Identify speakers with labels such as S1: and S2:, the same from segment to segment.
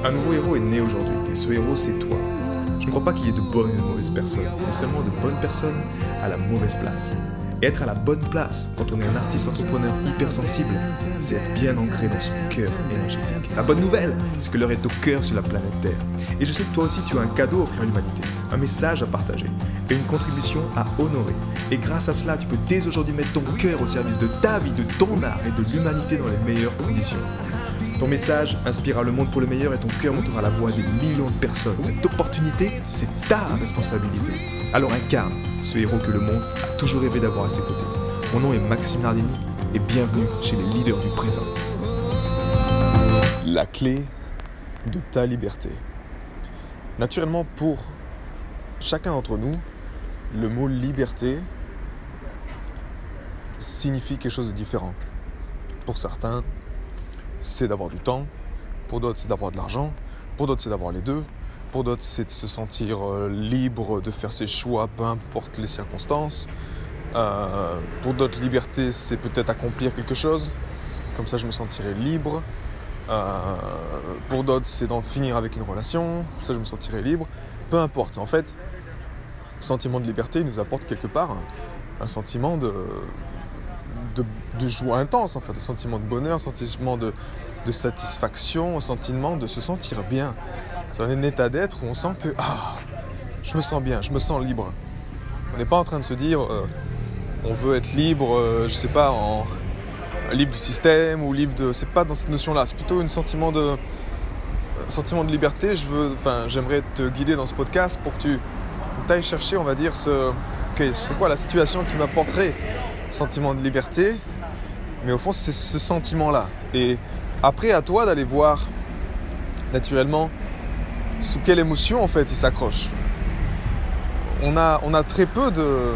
S1: Un nouveau héros est né aujourd'hui, et ce héros, c'est toi. Je ne crois pas qu'il y ait de bonnes et de mauvaises personnes, mais seulement de bonnes personnes à la mauvaise place. Et être à la bonne place, quand on est un artiste entrepreneur hypersensible, c'est être bien ancré dans son cœur énergétique. La bonne nouvelle, c'est que l'heure est au cœur sur la planète Terre. Et je sais que toi aussi, tu as un cadeau à offrir à l'humanité, un message à partager, et une contribution à honorer. Et grâce à cela, tu peux dès aujourd'hui mettre ton cœur au service de ta vie, de ton art et de l'humanité dans les meilleures conditions. Ton message inspirera le monde pour le meilleur et ton cœur montera la voix des millions de personnes. Cette opportunité, c'est ta responsabilité. Alors incarne ce héros que le monde a toujours rêvé d'avoir à ses côtés. Mon nom est Maxime Nardini et bienvenue chez les leaders du présent. La clé de ta liberté. Naturellement, pour chacun d'entre nous, le mot liberté signifie quelque chose de différent. Pour certains, c'est d'avoir du temps, pour d'autres c'est d'avoir de l'argent, pour d'autres c'est d'avoir les deux, pour d'autres c'est de se sentir libre de faire ses choix, peu importe les circonstances. Pour d'autres, liberté c'est peut-être accomplir quelque chose, comme ça je me sentirai libre. Pour d'autres c'est d'en finir avec une relation, comme ça je me sentirai libre. Peu importe, en fait, le sentiment de liberté nous apporte quelque part un sentiment de joie intense, en fait, un sentiment de bonheur, un sentiment de satisfaction, un sentiment de se sentir bien. C'est un état d'être où on sent que je me sens bien, je me sens libre. On n'est pas en train de se dire on veut être libre, libre du système ou libre de... C'est pas dans cette notion-là, c'est plutôt un sentiment de liberté. J'aimerais te guider dans ce podcast pour que tu ailles chercher, on va dire, c'est quoi la situation qui m'apporterait sentiment de liberté, mais au fond c'est ce sentiment-là. Et après, à toi d'aller voir naturellement sous quelle émotion en fait il s'accroche. On a très peu de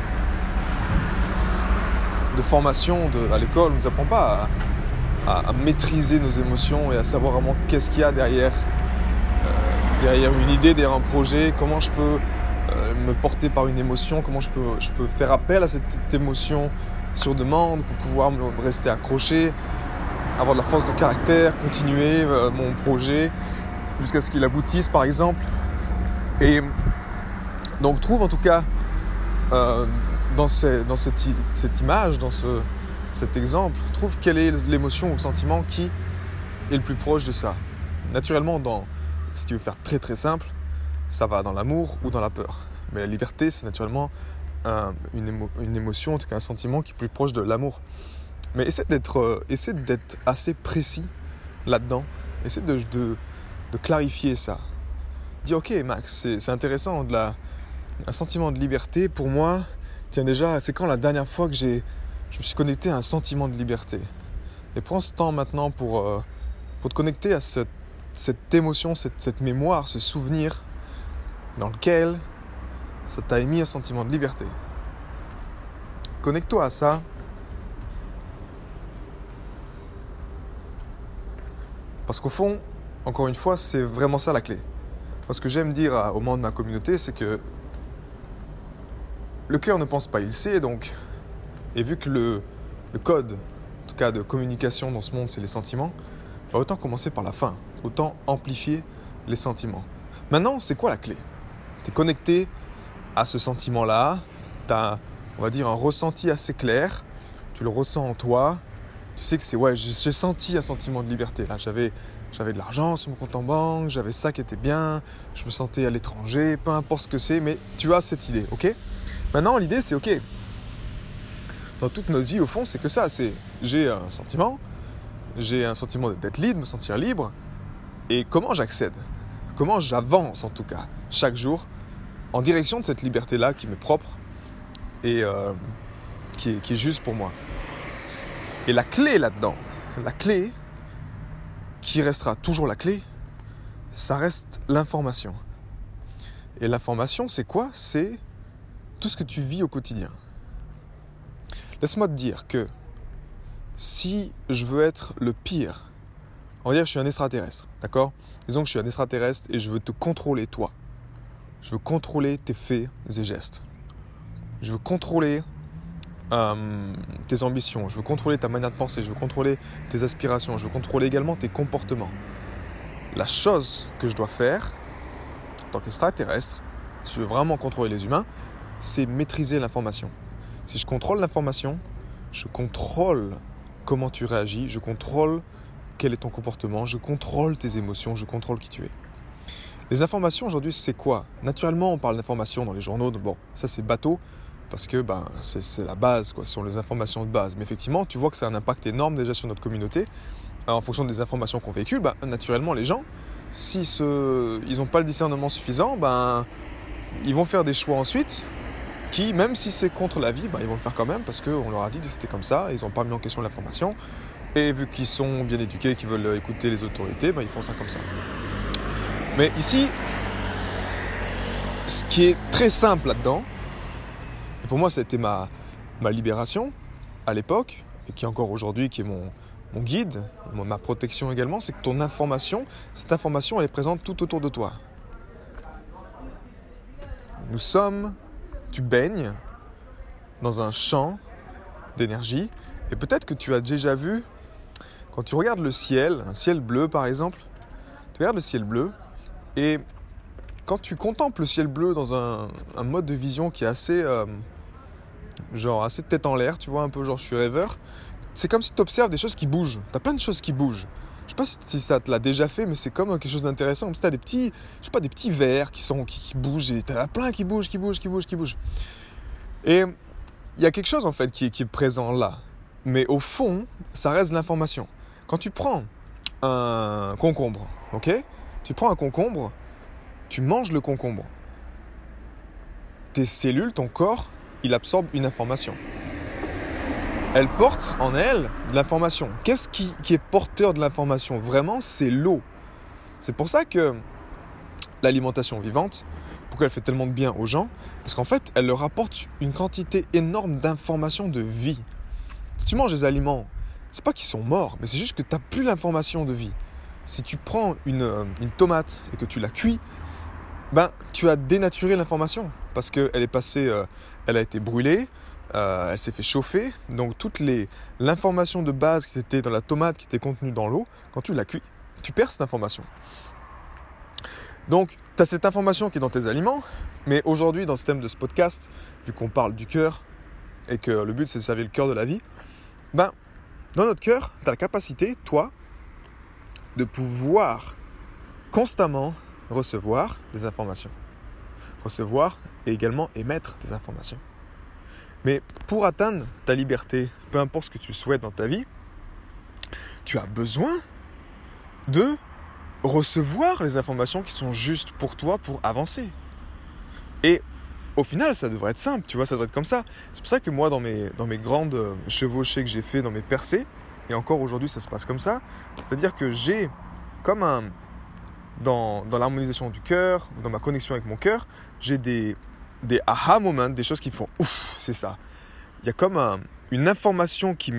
S1: formation à l'école. On ne nous apprend pas à maîtriser nos émotions et à savoir vraiment qu'est-ce qu'il y a derrière une idée, derrière un projet, comment je peux me porter par une émotion, comment je peux faire appel à cette émotion sur demande pour pouvoir me rester accroché, avoir de la force de caractère, continuer mon projet jusqu'à ce qu'il aboutisse par exemple. Et donc trouve en tout cas dans cette image, dans cet exemple, trouve quelle est l'émotion ou le sentiment qui est le plus proche de ça. Naturellement, si tu veux faire très très simple, ça va dans l'amour ou dans la peur. Mais la liberté, c'est naturellement une émotion, en tout cas un sentiment qui est plus proche de l'amour. Mais essaie d'être assez précis là-dedans. Essaie de clarifier ça. Dis ok Max, c'est intéressant, un sentiment de liberté pour moi. Tiens déjà, c'est quand la dernière fois que je me suis connecté à un sentiment de liberté? Et prends ce temps maintenant pour te connecter à cette émotion, cette mémoire, ce souvenir dans lequel ça t'a émis un sentiment de liberté. Connecte-toi à ça. Parce qu'au fond, encore une fois, c'est vraiment ça la clé. Moi, ce que j'aime dire aux membres de ma communauté, c'est que le cœur ne pense pas, il sait donc. Et vu que le code, en tout cas de communication dans ce monde, c'est les sentiments, autant commencer par la fin, autant amplifier les sentiments. Maintenant, c'est quoi la clé? Tu es connecté à ce sentiment-là, tu as, on va dire, un ressenti assez clair, tu le ressens en toi, tu sais que j'ai senti un sentiment de liberté. Là, j'avais de l'argent sur mon compte en banque, j'avais ça qui était bien, je me sentais à l'étranger, peu importe ce que c'est, mais tu as cette idée, ok? Maintenant, l'idée, c'est ok. Dans toute notre vie, au fond, c'est que ça, j'ai un sentiment d'être libre, de me sentir libre, et comment j'accède? Comment j'avance en tout cas, chaque jour, en direction de cette liberté-là qui m'est propre et qui est juste pour moi. Et la clé là-dedans, la clé qui restera toujours la clé, ça reste l'information. Et l'information, c'est quoi? C'est tout ce que tu vis au quotidien. Laisse-moi te dire que si je veux être le pire, on va dire que je suis un extraterrestre, d'accord? Disons que je suis un extraterrestre et je veux te contrôler toi. Je veux contrôler tes faits et gestes. Je veux contrôler tes ambitions. Je veux contrôler ta manière de penser. Je veux contrôler tes aspirations. Je veux contrôler également tes comportements. la chose que je dois faire en tant qu'extraterrestre, si je veux vraiment contrôler les humains, c'est maîtriser l'information. Si je contrôle l'information, je contrôle comment tu réagis, je contrôle quel est ton comportement, je contrôle tes émotions, je contrôle qui tu es. Les informations aujourd'hui, c'est quoi ? Naturellement, on parle d'informations dans les journaux. Bon, ça c'est bateau parce que c'est la base, quoi. Ce sont les informations de base. Mais effectivement, tu vois que ça a un impact énorme déjà sur notre communauté. Alors, en fonction des informations qu'on véhicule, naturellement, les gens, s'ils n'ont pas le discernement suffisant, ils vont faire des choix ensuite qui, même si c'est contre la vie, ils vont le faire quand même parce qu'on leur a dit que c'était comme ça, ils n'ont pas mis en question l'information. Et vu qu'ils sont bien éduqués, qu'ils veulent écouter les autorités, ils font ça comme ça. Mais ici, ce qui est très simple là-dedans, et pour moi ça a été ma libération à l'époque, et qui est encore aujourd'hui, qui est mon guide, ma protection également, c'est que cette information, elle est présente tout autour de toi. Tu baignes dans un champ d'énergie, et peut-être que tu as déjà vu, quand tu regardes le ciel, un ciel bleu par exemple, tu regardes le ciel bleu, et quand tu contemples le ciel bleu dans un mode de vision qui est assez tête en l'air, tu vois, un peu genre je suis rêveur, c'est comme si tu observes des choses qui bougent. Tu as plein de choses qui bougent. Je sais pas si ça te l'a déjà fait, mais c'est comme quelque chose d'intéressant. Comme si tu as des petits vers qui bougent, et tu en as plein qui bougent. Et il y a quelque chose en fait qui est présent là. Mais au fond, ça reste de l'information. Quand tu prends un concombre, ok ? Tu prends un concombre, tu manges le concombre. Tes cellules, ton corps, il absorbe une information. Elle porte en elle de l'information. Qu'est-ce qui est porteur de l'information ? Vraiment, c'est l'eau. C'est pour ça que l'alimentation vivante, pourquoi elle fait tellement de bien aux gens ? Parce qu'en fait, elle leur apporte une quantité énorme d'informations de vie. Si tu manges des aliments, c'est pas qu'ils sont morts, mais c'est juste que tu n'as plus l'information de vie. Si tu prends une tomate et que tu la cuis, tu as dénaturé l'information parce qu'elle est passée, elle a été brûlée, elle s'est fait chauffer. Donc toute l'information de base qui était dans la tomate, qui était contenue dans l'eau, quand tu la cuis, tu perds cette information. Donc tu as cette information qui est dans tes aliments, mais aujourd'hui dans ce thème de ce podcast, vu qu'on parle du cœur et que le but c'est de servir le cœur de la vie, dans notre cœur, tu as la capacité, toi, de pouvoir constamment recevoir des informations. Recevoir et également émettre des informations. Mais pour atteindre ta liberté, peu importe ce que tu souhaites dans ta vie, tu as besoin de recevoir les informations qui sont justes pour toi pour avancer. Et au final, ça devrait être simple, tu vois, ça devrait être comme ça. C'est pour ça que moi, dans mes grandes chevauchées que j'ai fait, dans mes percées, et encore aujourd'hui, ça se passe comme ça. C'est-à-dire que j'ai comme dans l'harmonisation du cœur, dans ma connexion avec mon cœur, j'ai des aha moments, des choses qui font ouf, c'est ça. Il y a comme une information que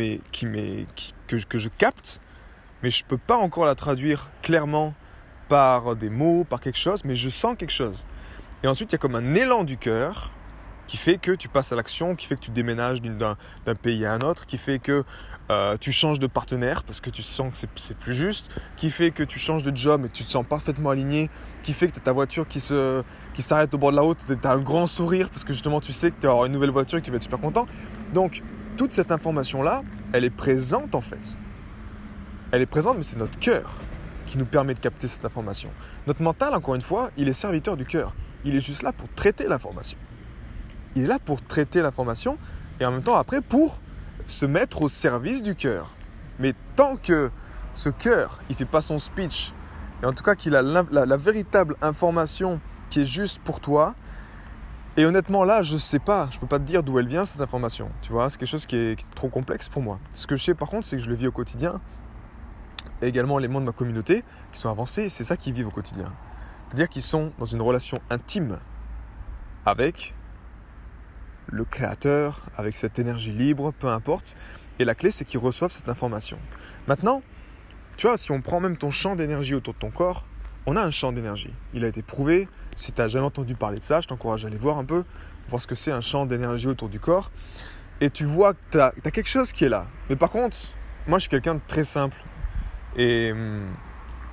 S1: je capte, mais je ne peux pas encore la traduire clairement par des mots, par quelque chose, mais je sens quelque chose. Et ensuite, il y a comme un élan du cœur qui fait que tu passes à l'action, qui fait que tu déménages d'un pays à un autre, qui fait que tu changes de partenaire parce que tu sens que c'est plus juste, qui fait que tu changes de job et tu te sens parfaitement aligné, qui fait que tu as ta voiture qui s'arrête au bord de la route, tu as un grand sourire parce que justement tu sais que tu vas avoir une nouvelle voiture et que tu vas être super content. Donc, toute cette information-là, elle est présente en fait. Elle est présente, mais c'est notre cœur qui nous permet de capter cette information. Notre mental, encore une fois, il est serviteur du cœur. Il est juste là pour traiter l'information. Il est là pour traiter l'information et en même temps après pour se mettre au service du cœur. Mais tant que ce cœur, il ne fait pas son speech, et en tout cas qu'il a la véritable information qui est juste pour toi, et honnêtement là, je ne sais pas, je ne peux pas te dire d'où elle vient cette information. Tu vois, c'est quelque chose qui est trop complexe pour moi. Ce que je sais par contre, c'est que je le vis au quotidien, et également les membres de ma communauté qui sont avancés, c'est ça qu'ils vivent au quotidien. C'est-à-dire qu'ils sont dans une relation intime avec le créateur, avec cette énergie libre, peu importe. Et la clé, c'est qu'ils reçoivent cette information. Maintenant, tu vois, si on prend même ton champ d'énergie autour de ton corps, on a un champ d'énergie. Il a été prouvé. Si tu n'as jamais entendu parler de ça, je t'encourage à aller voir un peu, voir ce que c'est un champ d'énergie autour du corps. Et tu vois que tu as quelque chose qui est là. Mais par contre, moi, je suis quelqu'un de très simple. Et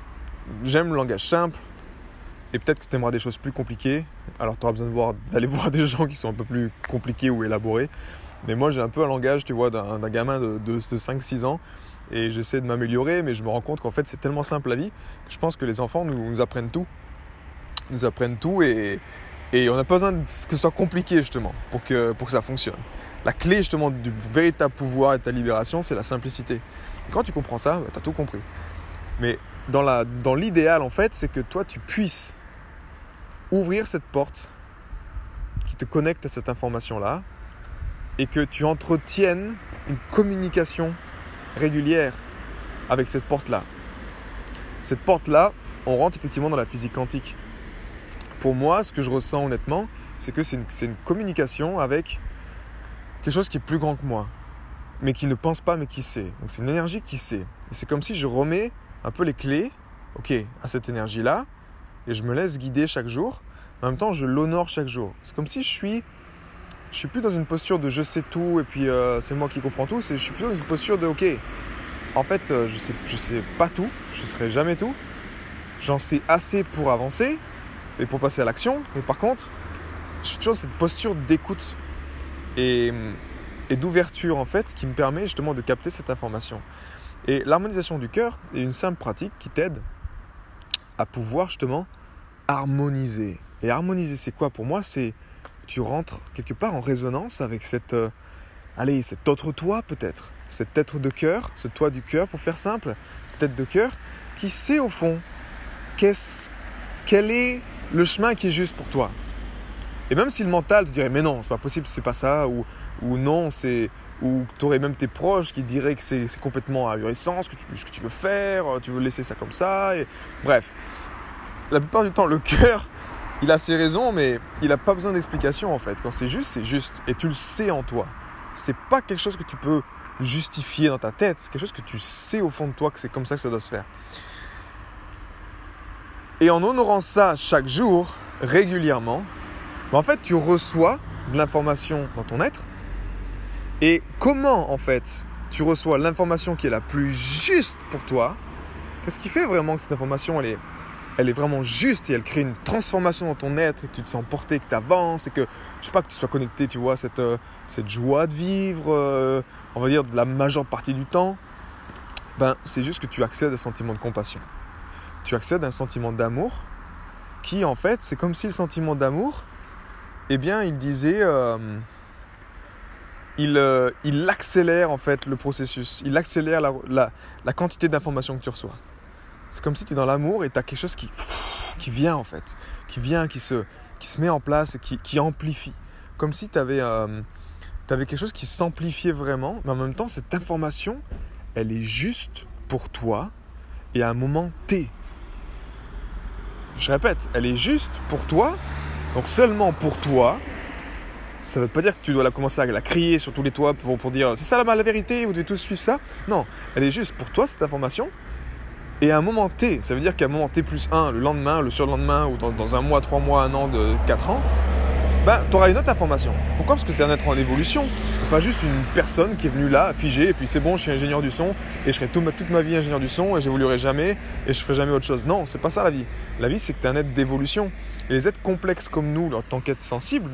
S1: j'aime le langage simple. Et peut-être que tu aimeras des choses plus compliquées. Alors tu auras besoin d'aller voir des gens qui sont un peu plus compliqués ou élaborés. Mais moi j'ai un peu un langage, tu vois, d'un gamin de 5-6 ans. Et j'essaie de m'améliorer, mais je me rends compte qu'en fait c'est tellement simple la vie que je pense que les enfants nous apprennent tout. Nous apprennent tout et on n'a pas besoin que ce soit compliqué justement pour que ça fonctionne. La clé justement du véritable pouvoir et de ta libération, c'est la simplicité. Et quand tu comprends ça, tu as tout compris. Mais dans l'idéal en fait, c'est que toi tu puisses ouvrir cette porte qui te connecte à cette information-là et que tu entretiennes une communication régulière avec cette porte-là. Cette porte-là, on rentre effectivement dans la physique quantique. Pour moi, ce que je ressens honnêtement, c'est que c'est une communication avec quelque chose qui est plus grand que moi, mais qui ne pense pas, mais qui sait. Donc c'est une énergie qui sait. Et c'est comme si je remets un peu les clés, à cette énergie-là, et je me laisse guider chaque jour. En même temps, je l'honore chaque jour. C'est comme si je suis plus dans une posture de je sais tout et puis c'est moi qui comprends tout. Je suis plutôt dans une posture de en fait, je sais pas tout, je serai jamais tout. J'en sais assez pour avancer et pour passer à l'action. Mais par contre, je suis toujours dans cette posture d'écoute et d'ouverture en fait qui me permet justement de capter cette information. Et l'harmonisation du cœur est une simple pratique qui t'aide à pouvoir justement harmoniser. Et harmoniser, c'est quoi pour moi? C'est tu rentres quelque part en résonance avec cet autre toi peut-être, cet être de cœur, ce toi du cœur pour faire simple, cet être de cœur qui sait au fond quel est le chemin qui est juste pour toi. Et même si le mental te dirait mais non, c'est pas possible, c'est pas ça, ou non, ou tu aurais même tes proches qui diraient que c'est complètement ahurissant ce que tu veux faire, tu veux laisser ça comme ça, et bref. La plupart du temps, le cœur, il a ses raisons, mais il n'a pas besoin d'explication en fait. Quand c'est juste, et tu le sais en toi. C'est pas quelque chose que tu peux justifier dans ta tête, c'est quelque chose que tu sais au fond de toi que c'est comme ça que ça doit se faire. Et en honorant ça chaque jour, régulièrement, en fait, tu reçois de l'information dans ton être. Et comment, en fait, tu reçois l'information qui est la plus juste pour toi? Qu'est-ce qui fait vraiment que cette information, elle est vraiment juste et elle crée une transformation dans ton être et que tu te sens porté, que tu avances et que, je sais pas, que tu sois connecté, tu vois, cette joie de vivre, on va dire, de la majeure partie du temps, c'est juste que tu accèdes à un sentiment de compassion. Tu accèdes à un sentiment d'amour qui, en fait, c'est comme si le sentiment d'amour, il disait, il accélère en fait le processus, il accélère la quantité d'informations que tu reçois. C'est comme si tu es dans l'amour et tu as quelque chose qui vient en fait, qui se met en place et qui amplifie. Comme si tu avais quelque chose qui s'amplifiait vraiment, mais en même temps cette information, elle est juste pour toi et à un moment T. Je répète, elle est juste pour toi, donc seulement pour toi. Ça ne veut pas dire que tu dois commencer à la crier sur tous les toits pour dire c'est ça la vérité, vous devez tous suivre ça. Non, elle est juste pour toi cette information. Et à un moment T, ça veut dire qu'à un moment T plus 1, le lendemain, le surlendemain, ou dans un mois, 3 mois, 1 an, 4 ans, tu auras une autre information. Pourquoi? Parce que tu es un être en évolution. Tu n'es pas juste une personne qui est venue là, figée, et puis c'est bon, je suis ingénieur du son, et je serai toute ma vie ingénieur du son, et j'évoluerai jamais, et je ferai jamais autre chose. Non, c'est pas ça la vie. La vie, c'est que tu es un être d'évolution. Et les êtres complexes comme nous, en tant qu'êtres sensibles,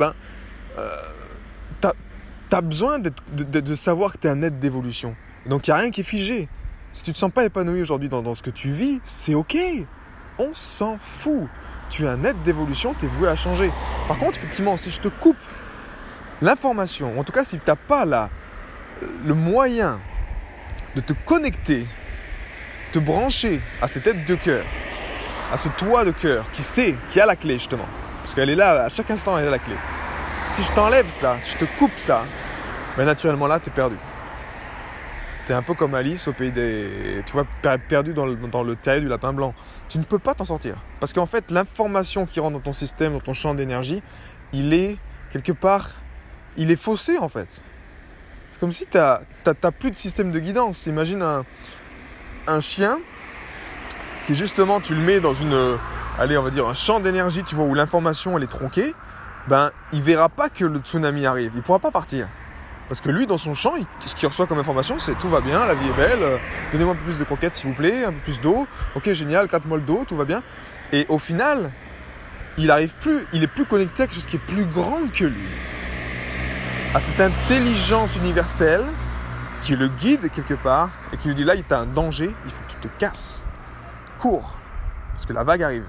S1: t'as besoin de savoir que tu es un être d'évolution. Donc il n'y a rien qui est figé. Si tu ne te sens pas épanoui aujourd'hui dans ce que tu vis, c'est ok. On s'en fout. Tu es un être d'évolution, tu es voué à changer. Par contre, effectivement, si je te coupe l'information, ou en tout cas si tu n'as pas le moyen de te connecter, te brancher à cet être de cœur, à ce toi de cœur qui a la clé justement, parce qu'elle est là, à chaque instant elle a la clé. Si je t'enlève ça, si je te coupe ça, naturellement là, tu es perdu. Tu es un peu comme Alice au pays des... Tu vois, perdu dans le terrier du lapin blanc. Tu ne peux pas t'en sortir. Parce qu'en fait, l'information qui rentre dans ton système, dans ton champ d'énergie, il est quelque part... Il est faussé en fait. C'est comme si tu n'as plus de système de guidance. Imagine un chien qui justement, tu le mets dans un champ d'énergie, tu vois, où l'information elle est tronquée. Il verra pas que le tsunami arrive. Il pourra pas partir. Parce que lui, dans son champ, ce qu'il reçoit comme information, c'est tout va bien, la vie est belle, donnez-moi un peu plus de croquettes s'il vous plaît, un peu plus d'eau, ok génial, 4 molles d'eau, tout va bien. Et au final, il est plus connecté à quelque chose qui est plus grand que lui. À cette intelligence universelle qui le guide quelque part et qui lui dit là, il t'a un danger, il faut que tu te casses. Cours, parce que la vague arrive.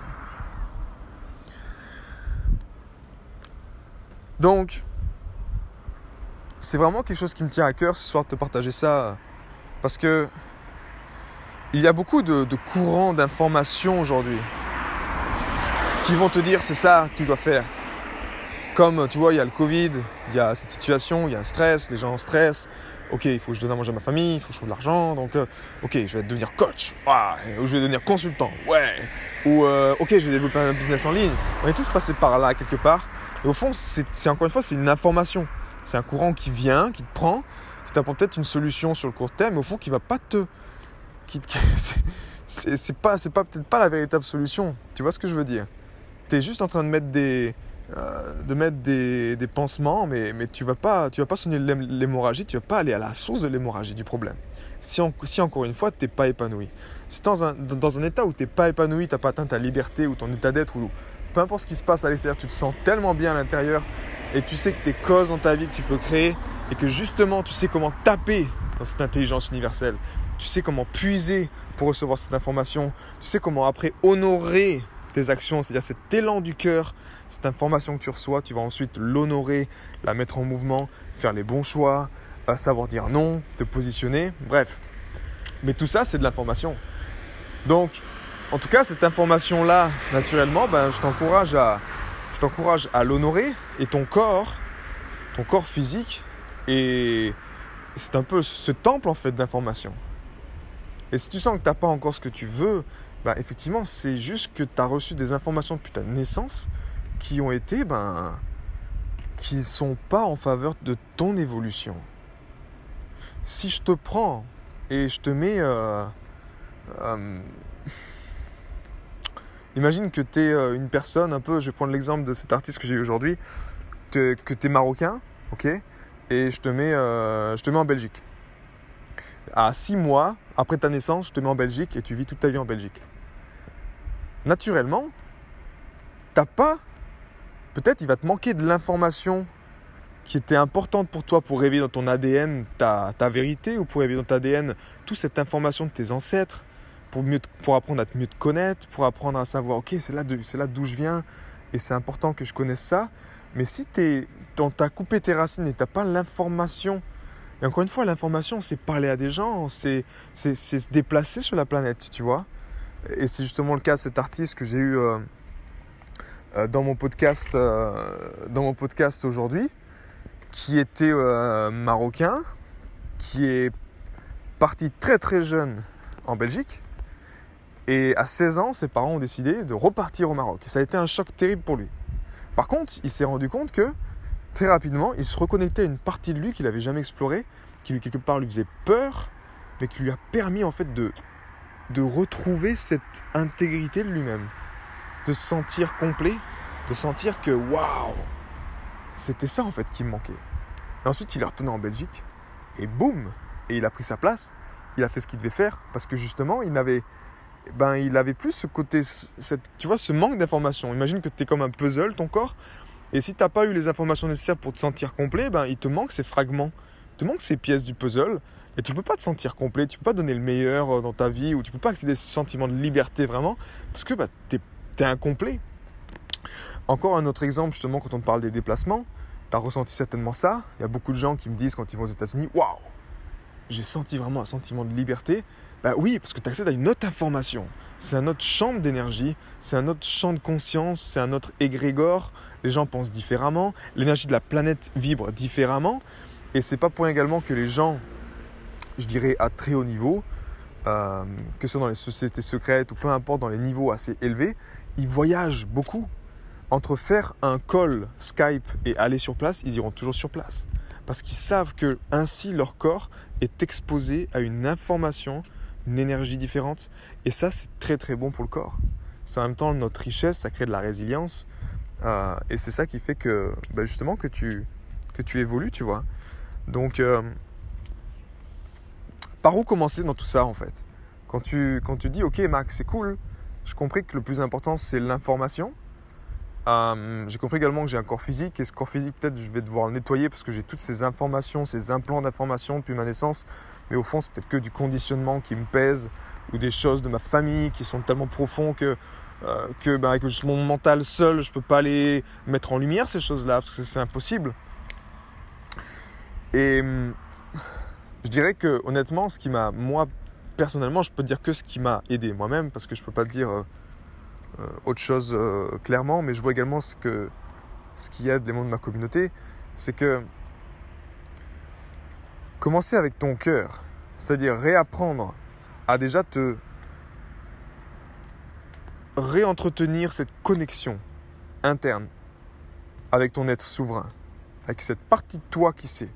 S1: Donc, c'est vraiment quelque chose qui me tient à cœur ce soir de te partager ça, parce que il y a beaucoup de courants d'informations aujourd'hui qui vont te dire c'est ça que tu dois faire. Comme tu vois, il y a le Covid, il y a cette situation, il y a un stress, les gens stressent. Ok, il faut que je donne à manger à ma famille, il faut que je trouve de l'argent, donc ok, je vais devenir coach, ou je vais devenir consultant, ou ok, je vais développer un business en ligne. On est tous passés par là quelque part. Et au fond, c'est encore une fois, c'est une information. C'est un courant qui vient, qui te prend, qui t'apporte peut-être une solution sur le court terme, mais au fond, qui va pas c'est peut-être pas la véritable solution. Tu vois ce que je veux dire? Tu es juste en train de mettre des pansements, mais tu vas pas soigner l'hémorragie, tu vas pas aller à la source de l'hémorragie du problème. Si encore une fois, tu n'es pas épanoui. Si dans un état où tu n'es pas épanoui, tu n'as pas atteint ta liberté ou ton état d'être, ou peu importe ce qui se passe à l'extérieur, tu te sens tellement bien à l'intérieur et tu sais que tes causes dans ta vie que tu peux créer et que justement tu sais comment taper dans cette intelligence universelle, tu sais comment puiser pour recevoir cette information, tu sais comment après honorer tes actions, c'est-à-dire cet élan du cœur, cette information que tu reçois, tu vas ensuite l'honorer, la mettre en mouvement, faire les bons choix, savoir dire non, te positionner, bref. Mais tout ça, c'est de l'information. Donc, en tout cas, cette information-là, naturellement, je t'encourage à l'honorer. Et ton corps physique, c'est un peu ce temple en fait d'information. Et si tu sens que tu n'as pas encore ce que tu veux, effectivement, c'est juste que tu as reçu des informations depuis ta naissance qui ont été, qui ne sont pas en faveur de ton évolution. Si je te prends et je te mets... imagine que tu es une personne un peu... Je vais prendre l'exemple de cet artiste que j'ai eu aujourd'hui, que tu es marocain, ok, et je te mets en Belgique. À 6 mois, après ta naissance, je te mets en Belgique et tu vis toute ta vie en Belgique. Naturellement, t'as pas... Peut-être il va te manquer de l'information qui était importante pour toi pour réveiller dans ton ADN ta vérité, ou pour réveiller dans ton ADN toute cette information de tes ancêtres, pour apprendre à mieux te connaître, pour apprendre à savoir, ok, c'est là d'où je viens et c'est important que je connaisse ça. Mais si t'as coupé tes racines et t'as pas l'information, et encore une fois, l'information, c'est parler à des gens, c'est se déplacer sur la planète, tu vois. Et c'est justement le cas de cet artiste que j'ai eu dans mon podcast aujourd'hui, qui était marocain, qui est parti très très jeune en Belgique. Et à 16 ans, ses parents ont décidé de repartir au Maroc. Et ça a été un choc terrible pour lui. Par contre, il s'est rendu compte que très rapidement, il se reconnectait à une partie de lui qu'il n'avait jamais explorée, qui lui quelque part lui faisait peur, mais qui lui a permis en fait de retrouver cette intégrité de lui-même, de se sentir complet, de sentir que waouh, c'était ça en fait qui me manquait. Et ensuite, il est retourné en Belgique et boum, et il a pris sa place, il a fait ce qu'il devait faire parce que justement, il avait plus ce côté, tu vois, ce manque d'informations. Imagine que tu es comme un puzzle, ton corps, et si tu n'as pas eu les informations nécessaires pour te sentir complet, il te manque ces fragments, il te manque ces pièces du puzzle, et tu ne peux pas te sentir complet, tu ne peux pas donner le meilleur dans ta vie, ou tu ne peux pas accéder à ce sentiment de liberté vraiment, parce que tu es incomplet. Encore un autre exemple, justement, quand on parle des déplacements, tu as ressenti certainement ça. Il y a beaucoup de gens qui me disent quand ils vont aux États-Unis, waouh, j'ai senti vraiment un sentiment de liberté. Oui, parce que tu accèdes à une autre information. C'est un autre champ d'énergie, c'est un autre champ de conscience, c'est un autre égrégore. Les gens pensent différemment, l'énergie de la planète vibre différemment. Et c'est pas pour rien également que les gens, je dirais à très haut niveau, que ce soit dans les sociétés secrètes ou peu importe dans les niveaux assez élevés, ils voyagent beaucoup. Entre faire un call Skype et aller sur place, ils iront toujours sur place. Parce qu'ils savent que ainsi leur corps est exposé à une information, une énergie différente. Et ça, c'est très très bon pour le corps. C'est en même temps notre richesse, ça crée de la résilience. Et c'est ça qui fait que, justement, que tu évolues, tu vois. Donc, par où commencer dans tout ça en fait ? Quand tu dis ok Max, c'est cool, j'ai compris que le plus important c'est l'information. J'ai compris également que j'ai un corps physique et ce corps physique peut-être je vais devoir le nettoyer parce que j'ai toutes ces informations, ces implants d'informations depuis ma naissance, mais au fond c'est peut-être que du conditionnement qui me pèse ou des choses de ma famille qui sont tellement profonds que avec mon mental seul je peux pas les mettre en lumière ces choses-là parce que c'est impossible. Et je dirais que honnêtement ce qui m'a, moi personnellement je peux dire que ce qui m'a aidé moi-même parce que je peux pas te dire autre chose clairement, mais je vois également ce qui aide les membres de ma communauté, c'est que commencer avec ton cœur, c'est-à-dire réapprendre à déjà te réentretenir cette connexion interne avec ton être souverain, avec cette partie de toi qui sait.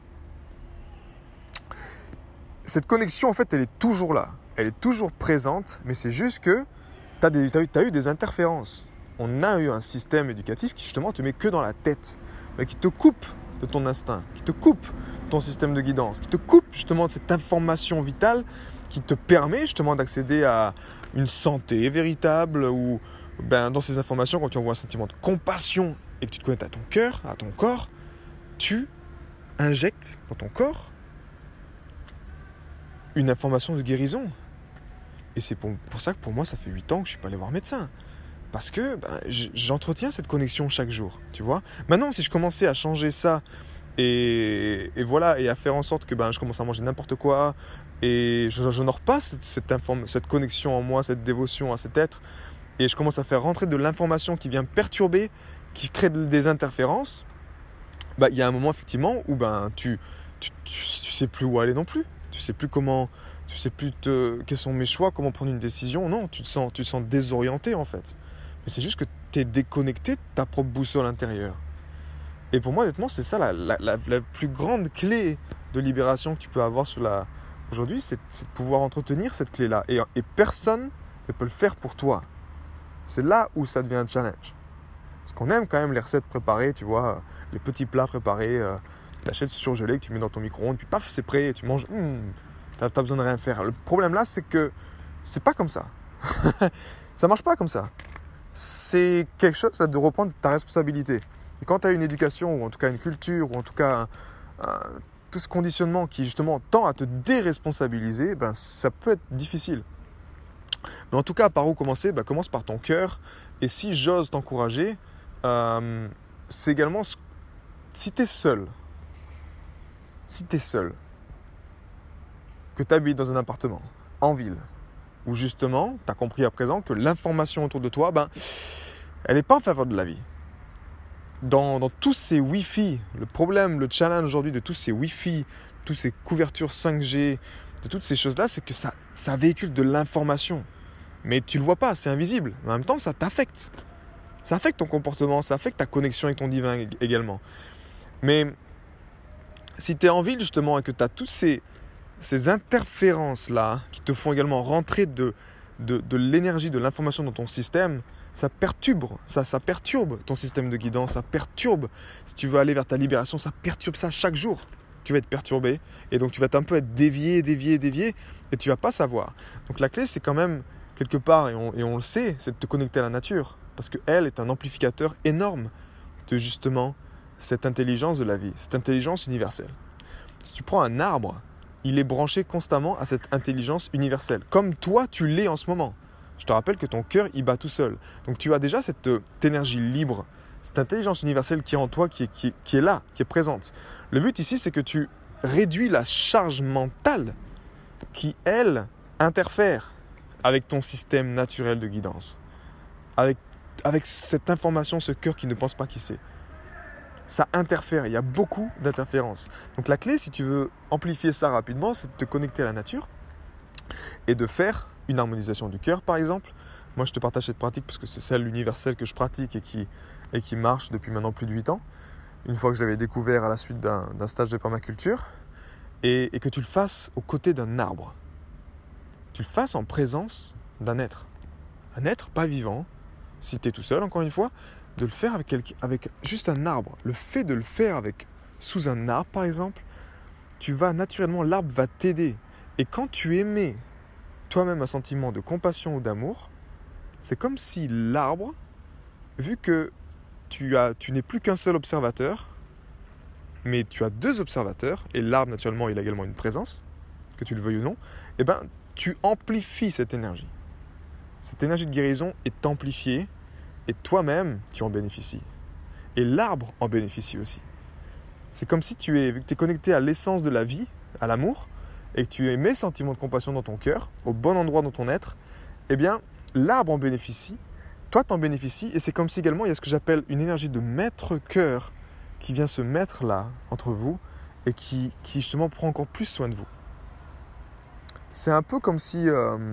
S1: Cette connexion, en fait, elle est toujours là, elle est toujours présente, mais c'est juste que tu as eu des interférences. On a eu un système éducatif qui justement te met que dans la tête, mais qui te coupe de ton instinct, qui te coupe de ton système de guidance, qui te coupe justement de cette information vitale qui te permet justement d'accéder à une santé véritable ou dans ces informations, quand tu envoies un sentiment de compassion et que tu te connectes à ton cœur, à ton corps, tu injectes dans ton corps une information de guérison. Et c'est pour ça que pour moi, ça fait 8 ans que je ne suis pas allé voir médecin. Parce que j'entretiens cette connexion chaque jour, tu vois. Maintenant, si je commençais à changer ça et voilà, et à faire en sorte que je commence à manger n'importe quoi et je n'honore pas cette connexion en moi, cette dévotion à cet être, et je commence à faire rentrer de l'information qui vient perturber, qui crée des interférences, il y a un moment effectivement où tu sais plus où aller non plus. Tu sais plus comment... Tu sais plus quels sont mes choix, comment prendre une décision. Non, tu te sens désorienté en fait. Mais c'est juste que tu es déconnecté de ta propre boussole intérieure. Et pour moi, honnêtement, c'est ça la plus grande clé de libération que tu peux avoir aujourd'hui, c'est de pouvoir entretenir cette clé-là. Et personne ne peut le faire pour toi. C'est là où ça devient un challenge. Parce qu'on aime quand même les recettes préparées, tu vois, les petits plats préparés. Tu achètes surgelé, que tu mets dans ton micro-ondes, puis paf, c'est prêt, et tu manges. T'as besoin de rien faire. Le problème là, c'est que c'est pas comme ça. Ça marche pas comme ça. C'est quelque chose là, de reprendre ta responsabilité. Et quand tu as une éducation, ou en tout cas une culture, ou en tout cas tout ce conditionnement qui justement tend à te déresponsabiliser, ça peut être difficile. Mais en tout cas, par où commencer ? Commence par ton cœur. Et si j'ose t'encourager, c'est également si tu es seul, que tu habites dans un appartement, en ville, où justement, tu as compris à présent que l'information autour de toi, elle n'est pas en faveur de la vie. Dans tous ces Wi-Fi, le problème, le challenge aujourd'hui de tous ces Wi-Fi, toutes ces couvertures 5G, de toutes ces choses-là, c'est que ça véhicule de l'information. Mais tu ne le vois pas, c'est invisible. En même temps, ça t'affecte. Ça affecte ton comportement, ça affecte ta connexion avec ton divin également. Mais si tu es en ville justement et que tu as toutes ces interférences-là qui te font également rentrer de l'énergie, de l'information dans ton système, ça perturbe ton système de guidance, ça perturbe, si tu veux aller vers ta libération, ça perturbe ça chaque jour. Tu vas être perturbé et donc tu vas un peu être dévié et tu vas pas savoir. Donc la clé c'est quand même quelque part, et on le sait, c'est de te connecter à la nature parce qu'elle est un amplificateur énorme de justement cette intelligence de la vie, cette intelligence universelle. Si tu prends un arbre, il est branché constamment à cette intelligence universelle, comme toi tu l'es en ce moment. Je te rappelle que ton cœur il bat tout seul. Donc tu as déjà cette énergie libre, cette intelligence universelle qui est en toi, qui est là, qui est présente. Le but ici c'est que tu réduis la charge mentale qui, elle, interfère avec ton système naturel de guidance. Avec cette information, ce cœur qui ne pense pas qui sait. Ça interfère, il y a beaucoup d'interférences. Donc la clé, si tu veux amplifier ça rapidement, c'est de te connecter à la nature et de faire une harmonisation du cœur, par exemple. Moi, je te partage cette pratique parce que c'est celle universelle que je pratique et qui marche depuis maintenant plus de 8 ans. Une fois que je l'avais découvert à la suite d'un stage de permaculture. Et que tu le fasses aux côtés d'un arbre. Tu le fasses en présence d'un être. Un être pas vivant, si tu es tout seul, encore une fois, de le faire avec juste un arbre. Le fait de le faire sous un arbre, par exemple, l'arbre va t'aider. Et quand tu émets toi-même un sentiment de compassion ou d'amour, c'est comme si l'arbre, vu que tu n'es plus qu'un seul observateur, mais tu as 2 observateurs, et l'arbre naturellement il a également une présence, que tu le veuilles ou non, et ben tu amplifies cette énergie. Cette énergie de guérison est amplifiée, et toi-même tu en bénéficies. Et l'arbre en bénéficie aussi. C'est comme si vu que tu es connecté à l'essence de la vie, à l'amour, et que tu émets sentiment de compassion dans ton cœur, au bon endroit dans ton être, eh bien, l'arbre en bénéficie, toi t'en bénéficies, et c'est comme si également il y a ce que j'appelle une énergie de maître-cœur qui vient se mettre là, entre vous, et qui justement prend encore plus soin de vous. C'est un peu comme si,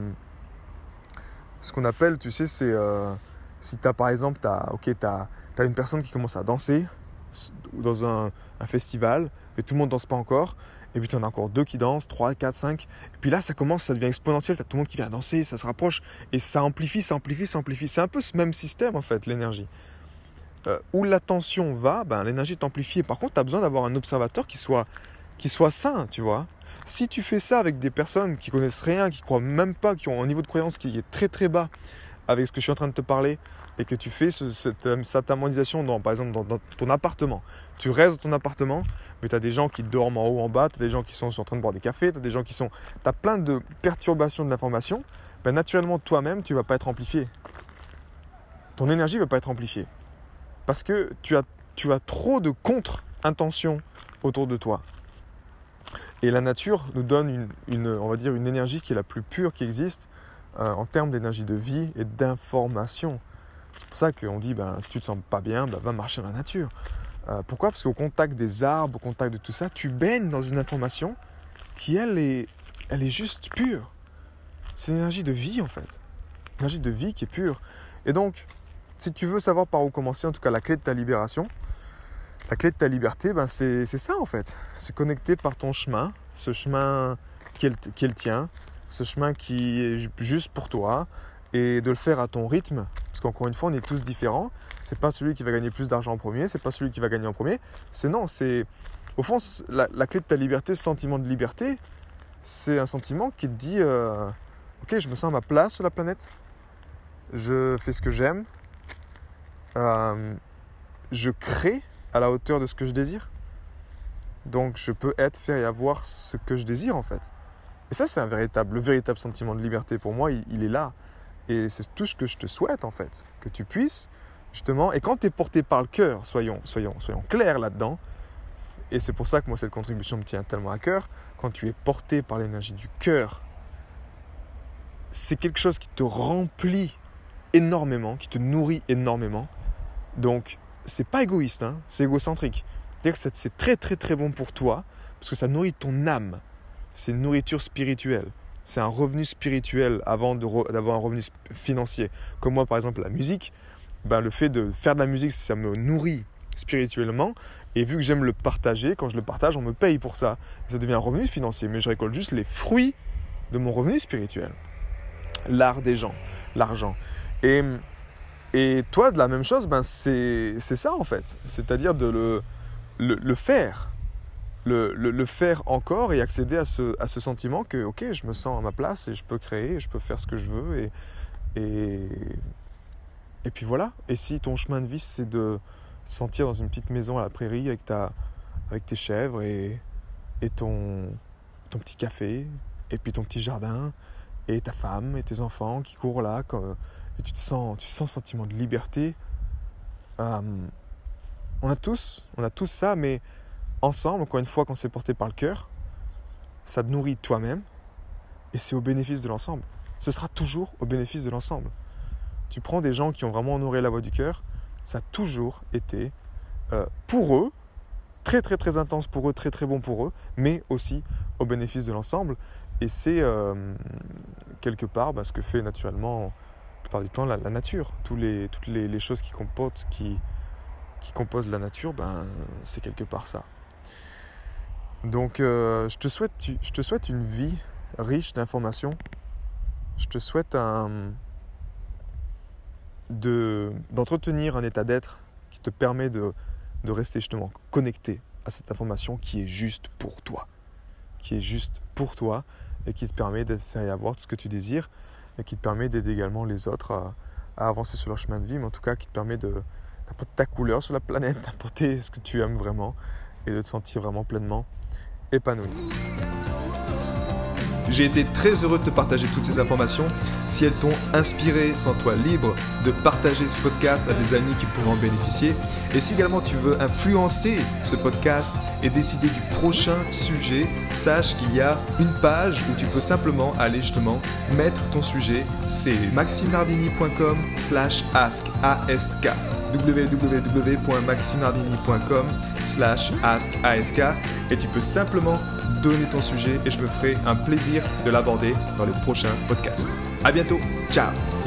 S1: ce qu'on appelle, tu sais, c'est si tu as par exemple, t'as une personne qui commence à danser dans un festival, mais tout le monde ne danse pas encore, et puis tu en as encore 2 qui dansent, 3, 4, 5, et puis là ça devient exponentiel, tu as tout le monde qui vient danser, ça se rapproche, et ça amplifie. C'est un peu ce même système en fait, l'énergie. Où l'attention va, l'énergie est amplifiée. Par contre, tu as besoin d'avoir un observateur qui soit sain, tu vois. Si tu fais ça avec des personnes qui connaissent rien, qui croient même pas, qui ont un niveau de croyance qui est très très bas avec ce que je suis en train de te parler, et que tu fais cette harmonisation par exemple dans ton appartement. Tu restes dans ton appartement, mais tu as des gens qui dorment en haut, en bas, tu as des gens qui sont en train de boire des cafés, tu as des gens tu as plein de perturbations de l'information. Naturellement, toi-même, tu ne vas pas être amplifié. Ton énergie ne va pas être amplifiée. Parce que tu as trop de contre-intentions autour de toi. Et la nature nous donne on va dire une énergie qui est la plus pure qui existe en termes d'énergie de vie et d'information. C'est pour ça qu'on dit, si tu ne te sens pas bien, va marcher dans la nature. Pourquoi ? Parce qu'au contact des arbres, au contact de tout ça, tu baignes dans une information qui, elle est juste pure. C'est une énergie de vie, en fait. Une énergie de vie qui est pure. Et donc, si tu veux savoir par où commencer, en tout cas la clé de ta libération, la clé de ta liberté, c'est ça, en fait. C'est connecté par ton chemin, ce chemin qui est le tien, ce chemin qui est juste pour toi, et de le faire à ton rythme, parce qu'encore une fois, on est tous différents. C'est pas celui qui va gagner plus d'argent en premier, c'est pas celui qui va gagner en premier. Au fond, la clé de ta liberté, ce sentiment de liberté, c'est un sentiment qui te dit ok, je me sens à ma place sur la planète, je fais ce que j'aime, je crée à la hauteur de ce que je désire. Donc je peux faire et avoir ce que je désire en fait. Et ça, c'est le véritable sentiment de liberté. Pour moi, il est là. Et c'est tout ce que je te souhaite en fait. Que tu puisses justement, et quand tu es porté par le cœur, soyons clairs là-dedans. Et c'est pour ça que moi, cette contribution me tient tellement à cœur. Quand tu es porté par l'énergie du cœur, c'est quelque chose qui te remplit énormément, qui te nourrit énormément. Donc, c'est pas égoïste, c'est égocentrique. C'est-à-dire que c'est très très très bon pour toi, parce que ça nourrit ton âme. C'est une nourriture spirituelle. C'est un revenu spirituel avant d'avoir un revenu financier. Comme moi, par exemple, la musique, le fait de faire de la musique, ça me nourrit spirituellement. Et vu que j'aime le partager, quand je le partage, on me paye pour ça. Ça devient un revenu financier, mais je récolte juste les fruits de mon revenu spirituel. L'art des gens, l'argent. Et toi, de la même chose, c'est ça en fait. C'est-à-dire de le faire. Le faire encore et accéder à ce sentiment que, ok, je me sens à ma place et je peux créer, je peux faire ce que je veux. Et puis voilà. Et si ton chemin de vie, c'est de te sentir dans une petite maison à la prairie avec tes chèvres et ton petit café, et puis ton petit jardin, et ta femme et tes enfants qui courent là, et tu sens un sentiment de liberté. On a tous ça, mais ensemble, encore une fois, quand c'est porté par le cœur, ça te nourrit toi-même et c'est au bénéfice de l'ensemble. Ce sera toujours au bénéfice de l'ensemble. Tu prends des gens qui ont vraiment honoré la voie du cœur, ça a toujours été pour eux, très très très intense pour eux, très très bon pour eux, mais aussi au bénéfice de l'ensemble. Et c'est quelque part ce que fait naturellement, la plupart du temps, la nature. Toutes les choses qui composent la nature, c'est quelque part ça. Donc, je te souhaite une vie riche d'informations. Je te souhaite d'entretenir un état d'être qui te permet de rester justement connecté à cette information qui est juste pour toi. qui est juste pour toi et qui te permet de faire y avoir tout ce que tu désires et qui te permet d'aider également les autres à avancer sur leur chemin de vie, mais en tout cas qui te permet d'apporter ta couleur sur la planète, d'apporter ce que tu aimes vraiment et de te sentir vraiment pleinement épanoui. J'ai été très heureux de te partager toutes ces informations. Si elles t'ont inspiré, sens-toi libre de partager ce podcast à des amis qui pourront en bénéficier. Et si également tu veux influencer ce podcast et décider du prochain sujet, sache qu'il y a une page où tu peux simplement aller justement mettre ton sujet. C'est maximardini.com/ask www.maximardini.com/ask et tu peux simplement donner ton sujet et je me ferai un plaisir de l'aborder dans les prochains podcasts. À bientôt, ciao.